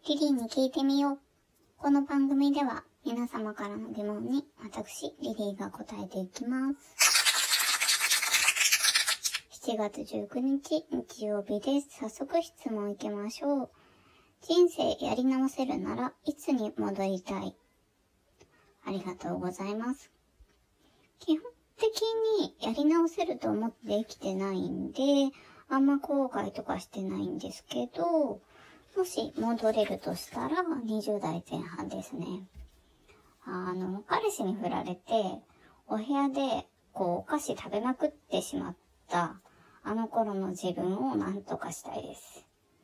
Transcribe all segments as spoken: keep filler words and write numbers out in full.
リリーに聞いてみよう。この番組では皆様からの疑問に私、リリーが答えていきます。しちがつじゅうくにち日曜日です。早速質問いきましょう。人生やり直せるならいつに戻りたい？ありがとうございます。基本的にやり直せると思って生きてないんで、あんま後悔とかしてないんですけど、もし戻れるとしたらにじゅうだいぜんはんですね。あの、彼氏に振られて、お部屋でこうお菓子食べまくってしまったあの頃の自分をなんとかしたいです。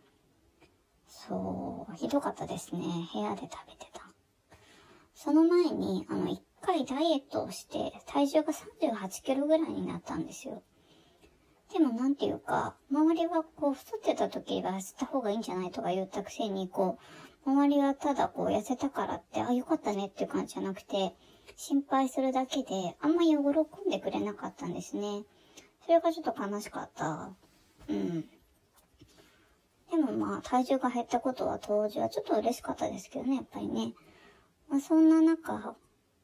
そう、ひどかったですね。部屋で食べてた。その前に、あの、一回ダイエットをして、体重がさんじゅうはちキロぐらいになったんですよ。でもなんていうか、周りはこう、太ってた時は痩せた方がいいんじゃないとか言ったくせに、こう、周りはただこう、痩せたからって、あ、よかったねっていう感じじゃなくて、心配するだけで、あんまり喜んでくれなかったんですね。それがちょっと悲しかった。うん。でもまあ、体重が減ったことは当時はちょっと嬉しかったですけどね、やっぱりね。まあ、そんな中、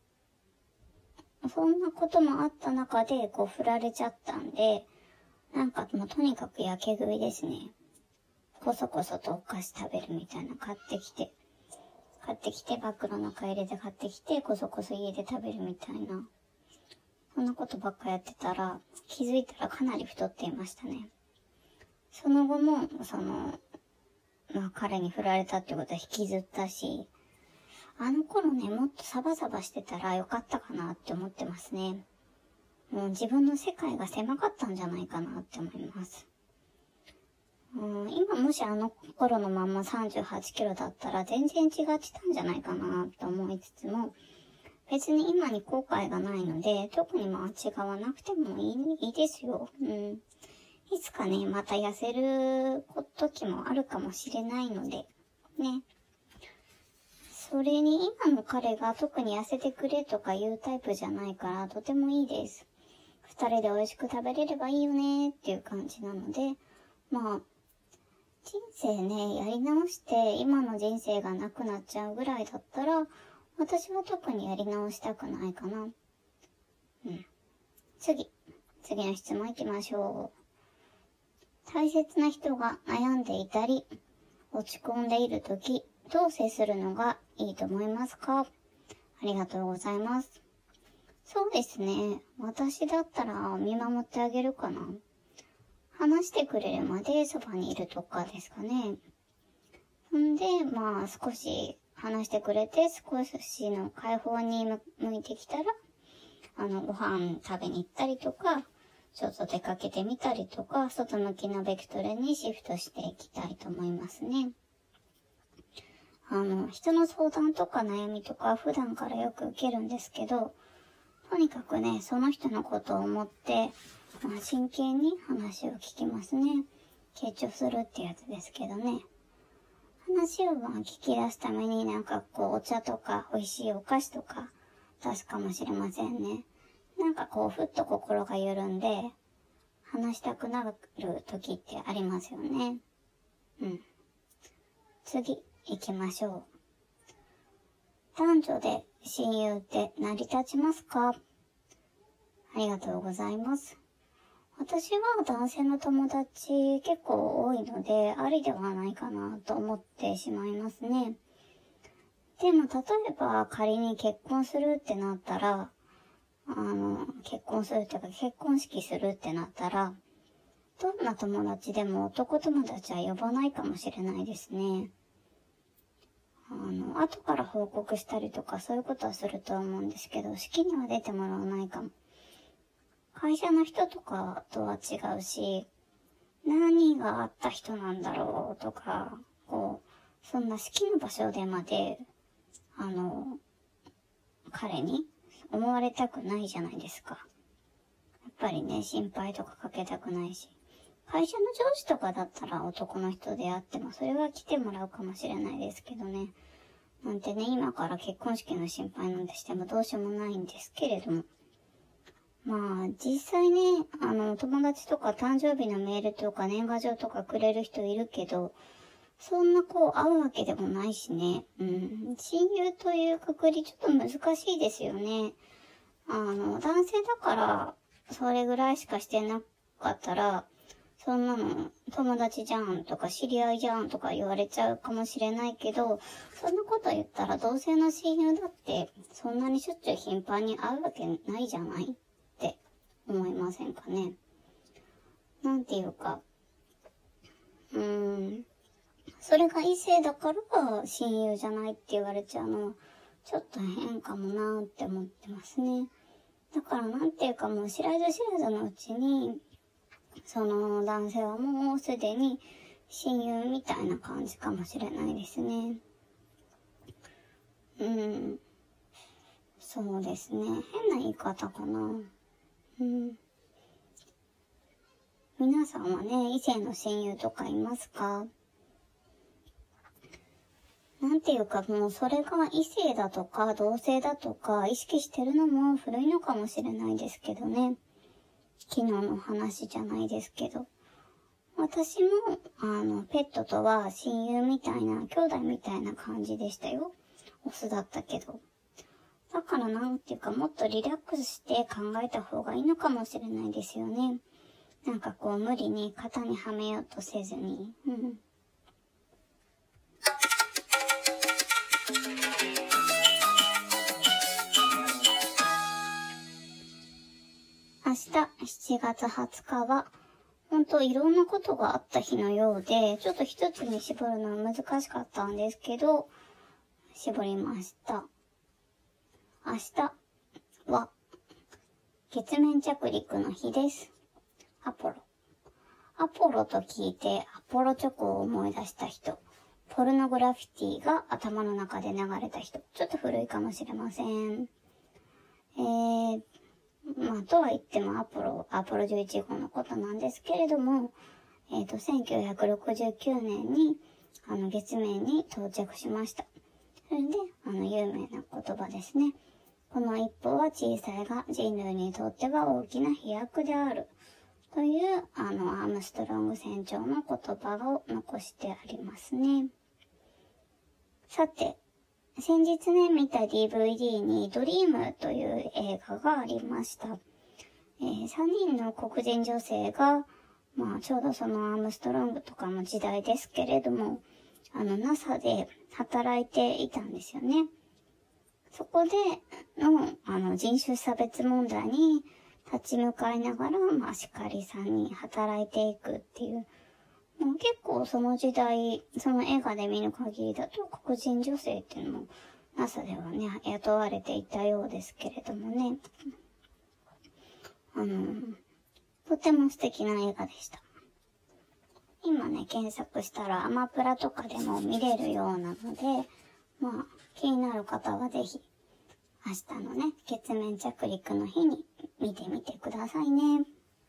そんなこともあった中で、こう、振られちゃったんで、なんかもうとにかくやけ食いですね。こそこそとお菓子食べるみたいな買ってきて、買ってきて、バッグの中入れて買ってきて、こそこそ家で食べるみたいな。そんなことばっかやってたら、気づいたらかなり太っていましたね。その後も、その、まあ彼に振られたってことは引きずったし、あの頃ね、もっとサバサバしてたらよかったかなって思ってますね。もう自分の世界が狭かったんじゃないかなって思います。うん、今もしあの頃のまんまさんじゅうはちキロだったら全然違ってたんじゃないかなと思いつつも、別に今に後悔がないので、特にまあ違わなくてもいい、いいですよ。うん。いつかね、また痩せる時もあるかもしれないので、ね。それに今の彼が特に痩せてくれとかいうタイプじゃないからとてもいいです。二人で美味しく食べれればいいよねっていう感じなので、まあ、人生ね、やり直して今の人生がなくなっちゃうぐらいだったら、私は特にやり直したくないかな。うん。次。次の質問行きましょう。大切な人が悩んでいたり、落ち込んでいるとき、どう接するのがいいと思いますか？ありがとうございます。そうですね。私だったら見守ってあげるかな。話してくれるまでそばにいるとかですかね。んで、まあ少し話してくれて少しの解放に向いてきたら、あの、ご飯食べに行ったりとか、ちょっと出かけてみたりとか、外向きなベクトルにシフトしていきたいと思いますね。あの、人の相談とか悩みとか普段からよく受けるんですけど、とにかくね、その人のことを思って、まあ、真剣に話を聞きますね。傾聴するってやつですけどね。話をまあ聞き出すためになんかこうお茶とか美味しいお菓子とか出すかもしれませんね。なんかこうふっと心が緩んで話したくなる時ってありますよね。うん。次行きましょう。男女で親友って成り立ちますか？ありがとうございます。私は男性の友達結構多いので、ありではないかなと思ってしまいますね。でも例えば仮に結婚するってなったら、あの、結婚するっていうか結婚式するってなったら、どんな友達でも男友達は呼ばないかもしれないですね。あの、後から報告したりとかそういうことはすると思うんですけど、式には出てもらわないかも。会社の人とかとは違うし、何があった人なんだろうとか、こう、そんな式の場所でまで、あの、彼に思われたくないじゃないですか。やっぱりね、心配とかかけたくないし。会社の上司とかだったら男の人であっても、それは来てもらうかもしれないですけどね。なんてね、今から結婚式の心配なんてしてもどうしようもないんですけれども。まあ、実際ね、あの、友達とか誕生日のメールとか年賀状とかくれる人いるけど、 そんなこう会うわけでもないしね。うん。親友というくくりちょっと難しいですよね。あの、男性だから、それぐらいしかしてなかったら、そんなの友達じゃんとか知り合いじゃんとか言われちゃうかもしれないけど、そんなこと言ったら同性の親友だってそんなにしょっちゅう頻繁に会うわけないじゃないって思いませんかね。なんていうか、うーん。それが異性だから親友じゃないって言われちゃうのはちょっと変かもなーって思ってますね。だからなんていうかもう知らず知らずのうちにその男性はもうすでに親友みたいな感じかもしれないですね。うん。そうですね。変な言い方かな。うん。皆さんはね、異性の親友とかいますか？なんていうかもうそれが異性だとか同性だとか意識してるのも古いのかもしれないですけどね。昨日の話じゃないですけど。私も、あの、ペットとは親友みたいな、兄弟みたいな感じでしたよ。オスだったけど。だからなんていうかもっとリラックスして考えた方がいいのかもしれないですよね。なんかこう無理に型にはめようとせずに。うん。明日しちがつはつかは本当いろんなことがあった日のようで、ちょっと一つに絞るのは難しかったんですけど、絞りました。明日は月面着陸の日です。アポロ。アポロと聞いてアポロチョコを思い出した人。ポルノグラフィティが頭の中で流れた人。ちょっと古いかもしれません。えー、まあ、とは言ってもアポロ、アポロじゅういち号のことなんですけれども、えっと、せんきゅうひゃくろくじゅうきゅうねんに、あの、月面に到着しました。それで、あの、有名な言葉ですね。この一歩は小さいが人類にとっては大きな飛躍である。という、あの、アームストロング船長の言葉を残してありますね。さて、先日ね、見た ディーブイディー にドリームという映画がありました。えー、さんにんの黒人女性が、まあちょうどそのアームストロングとかの時代ですけれども、あの ナサ で働いていたんですよね。そこでの、あの人種差別問題に立ち向かいながら、まあしっかりさんにん働いていくっていう、もう結構その時代、その映画で見る限りだと黒人女性っていうのも ナサ ではね、雇われていたようですけれどもね。あの、とても素敵な映画でした。今ね、検索したらアマプラとかでも見れるようなので、まあ、気になる方はぜひ、明日のね、月面着陸の日に見てみてくださいね。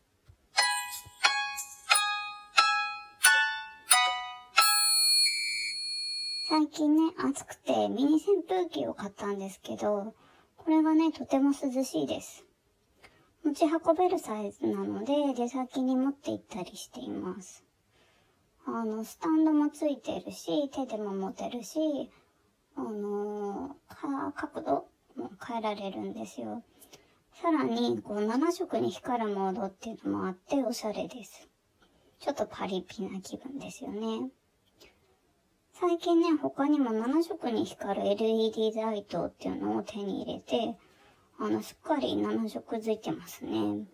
最近ね、暑くてミニ扇風機を買ったんですけど、これがね、とても涼しいです。持ち運べるサイズなので、出先に持って行ったりしています。あの、スタンドもついてるし、手でも持てるし、あのー、角度も変えられるんですよ。さらに、こう、なな色に光るモードっていうのもあって、おしゃれです。ちょっとパリピな気分ですよね。最近ね、他にもなな色に光る エルイーディー ライトっていうのを手に入れて、あの、すっかりなな色づいてますね。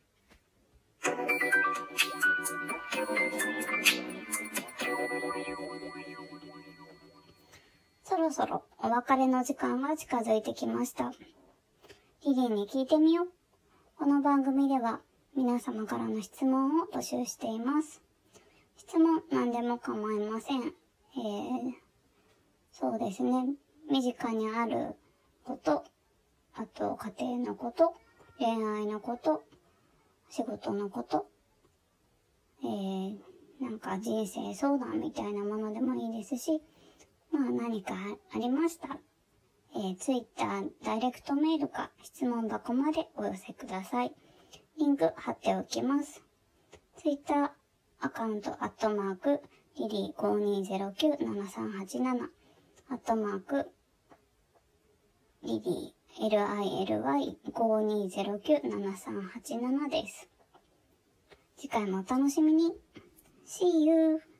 そろそろお別れの時間が近づいてきました。リリーに聞いてみよう。この番組では皆様からの質問を募集しています。質問何でも構いません。えー、そうですね。身近にあること、あと家庭のこと、恋愛のこと、仕事のこと、えー、なんか人生相談みたいなものでもいいですし、まあ何かありましたら、えー、Twitter、ダイレクトメールか質問箱までお寄せください。リンク貼っておきます。Twitterアカウントアットマークリリーごにーぜろきゅうななさんはちなな、アットマーク、リリー、エルアイエルワイごにーぜろきゅうななさんはちなな です。次回もお楽しみに。See you!